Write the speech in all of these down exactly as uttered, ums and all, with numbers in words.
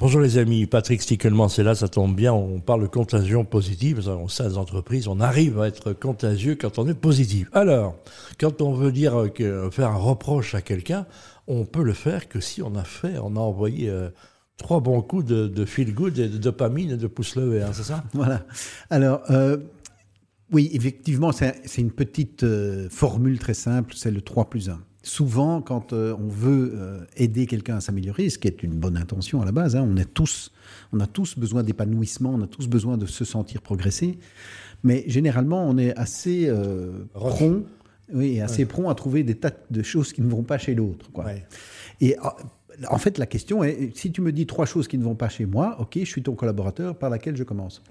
Bonjour les amis, Patrick Stickelman, c'est là, ça tombe bien, on parle de contagion positive, dans certaines entreprises, on arrive à être contagieux quand on est positif. Alors, quand on veut dire que, faire un reproche à quelqu'un, on peut le faire que si on a fait, on a envoyé euh, trois bons coups de, de feel good, et de dopamine et de pouce levé, hein, c'est ça? Voilà. Alors, euh, oui, effectivement, c'est, c'est une petite euh, formule très simple, c'est le trois plus un. Souvent, quand euh, on veut euh, aider quelqu'un à s'améliorer, ce qui est une bonne intention à la base, hein, on, est tous, on a tous besoin d'épanouissement, on a tous besoin de se sentir progresser, mais généralement, on est assez euh, prompt, oui, assez ouais. prompt à trouver des tas de choses qui ne vont pas chez l'autre, quoi. Ouais. Et en fait, la question est, si tu me dis trois choses qui ne vont pas chez moi, ok, je suis ton collaborateur, par laquelle je commence.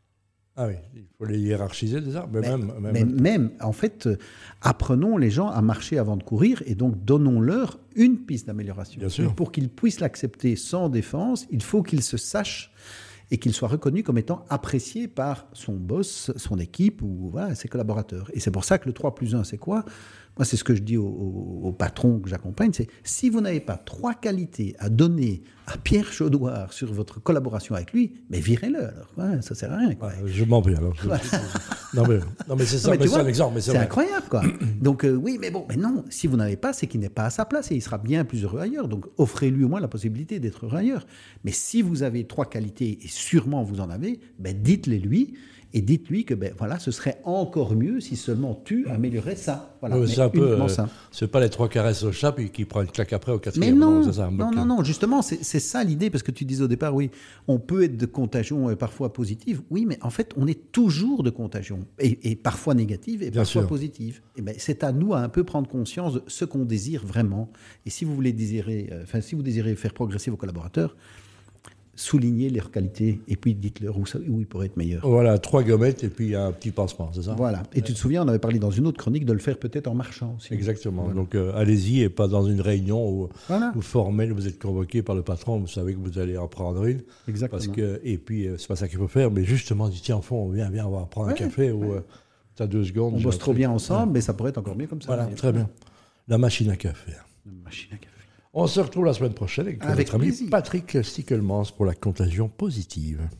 Ah oui, il faut les hiérarchiser déjà. Mais, mais, même, même, mais même, en fait, euh, apprenons les gens à marcher avant de courir et donc donnons-leur une piste d'amélioration. Bien sûr. Pour qu'ils puissent l'accepter sans défense, il faut qu'ils se sachent et qu'il soit reconnu comme étant apprécié par son boss, son équipe ou voilà, ses collaborateurs. Et c'est pour ça que le trois plus un, c'est quoi ? Moi, c'est ce que je dis aux, aux, aux patrons que j'accompagne, c'est si vous n'avez pas trois qualités à donner à Pierre Chaudoir sur votre collaboration avec lui, mais virez-le alors, ouais, ça sert à rien. Quoi. Ouais, je m'en vais alors. Je... Voilà. non, mais, non mais c'est ça, non, mais mais c'est vois, un exemple. Mais c'est c'est vrai. incroyable quoi. Donc euh, oui, mais bon, mais non, si vous n'avez pas, c'est qu'il n'est pas à sa place et il sera bien plus heureux ailleurs. Donc offrez-lui au moins la possibilité d'être heureux ailleurs. Mais si vous avez trois qualités, et sûrement vous en avez, ben dites-les lui. Et dites-lui que ben, voilà, ce serait encore mieux si seulement tu améliorais ça. Voilà, oui, c'est un peu, euh, ça. C'est pas les trois caresses au chat puis qui prend une claque après au quatrième. Mais non, non, c'est ça, non, non, non, justement, c'est, c'est ça l'idée, parce que tu disais au départ, oui, on peut être de contagion euh, parfois positive. Oui, mais en fait, on est toujours de contagion, et, et parfois négative, et Bien parfois sûr. positive. Et ben, c'est à nous à un peu prendre conscience de ce qu'on désire vraiment. Et si vous voulez désirer, euh, enfin, si vous désirez faire progresser vos collaborateurs, soulignez leurs qualités et puis dites-leur où, ça, où ils pourraient être meilleurs. Voilà, trois gommettes et puis un petit pansement, c'est ça? Voilà. Et tu te souviens, on avait parlé dans une autre chronique de le faire peut-être en marchant aussi. Exactement. Voilà. Donc euh, allez-y et pas dans une réunion où, voilà. où formelle, vous êtes convoqué par le patron, vous savez que vous allez en prendre une. Exactement. Parce que, et puis, euh, c'est pas ça qu'il faut faire, mais justement, dit tiens, fond, viens, viens, on va prendre ouais, un café ouais. ou euh, t'as deux secondes. On bosse trop bien ensemble, ouais. mais ça pourrait être encore mieux comme ça. Voilà, très bien. La machine à café. La machine à café. On se retrouve la semaine prochaine avec, avec notre ami plaisir. Patrick Stickelman pour la contagion positive.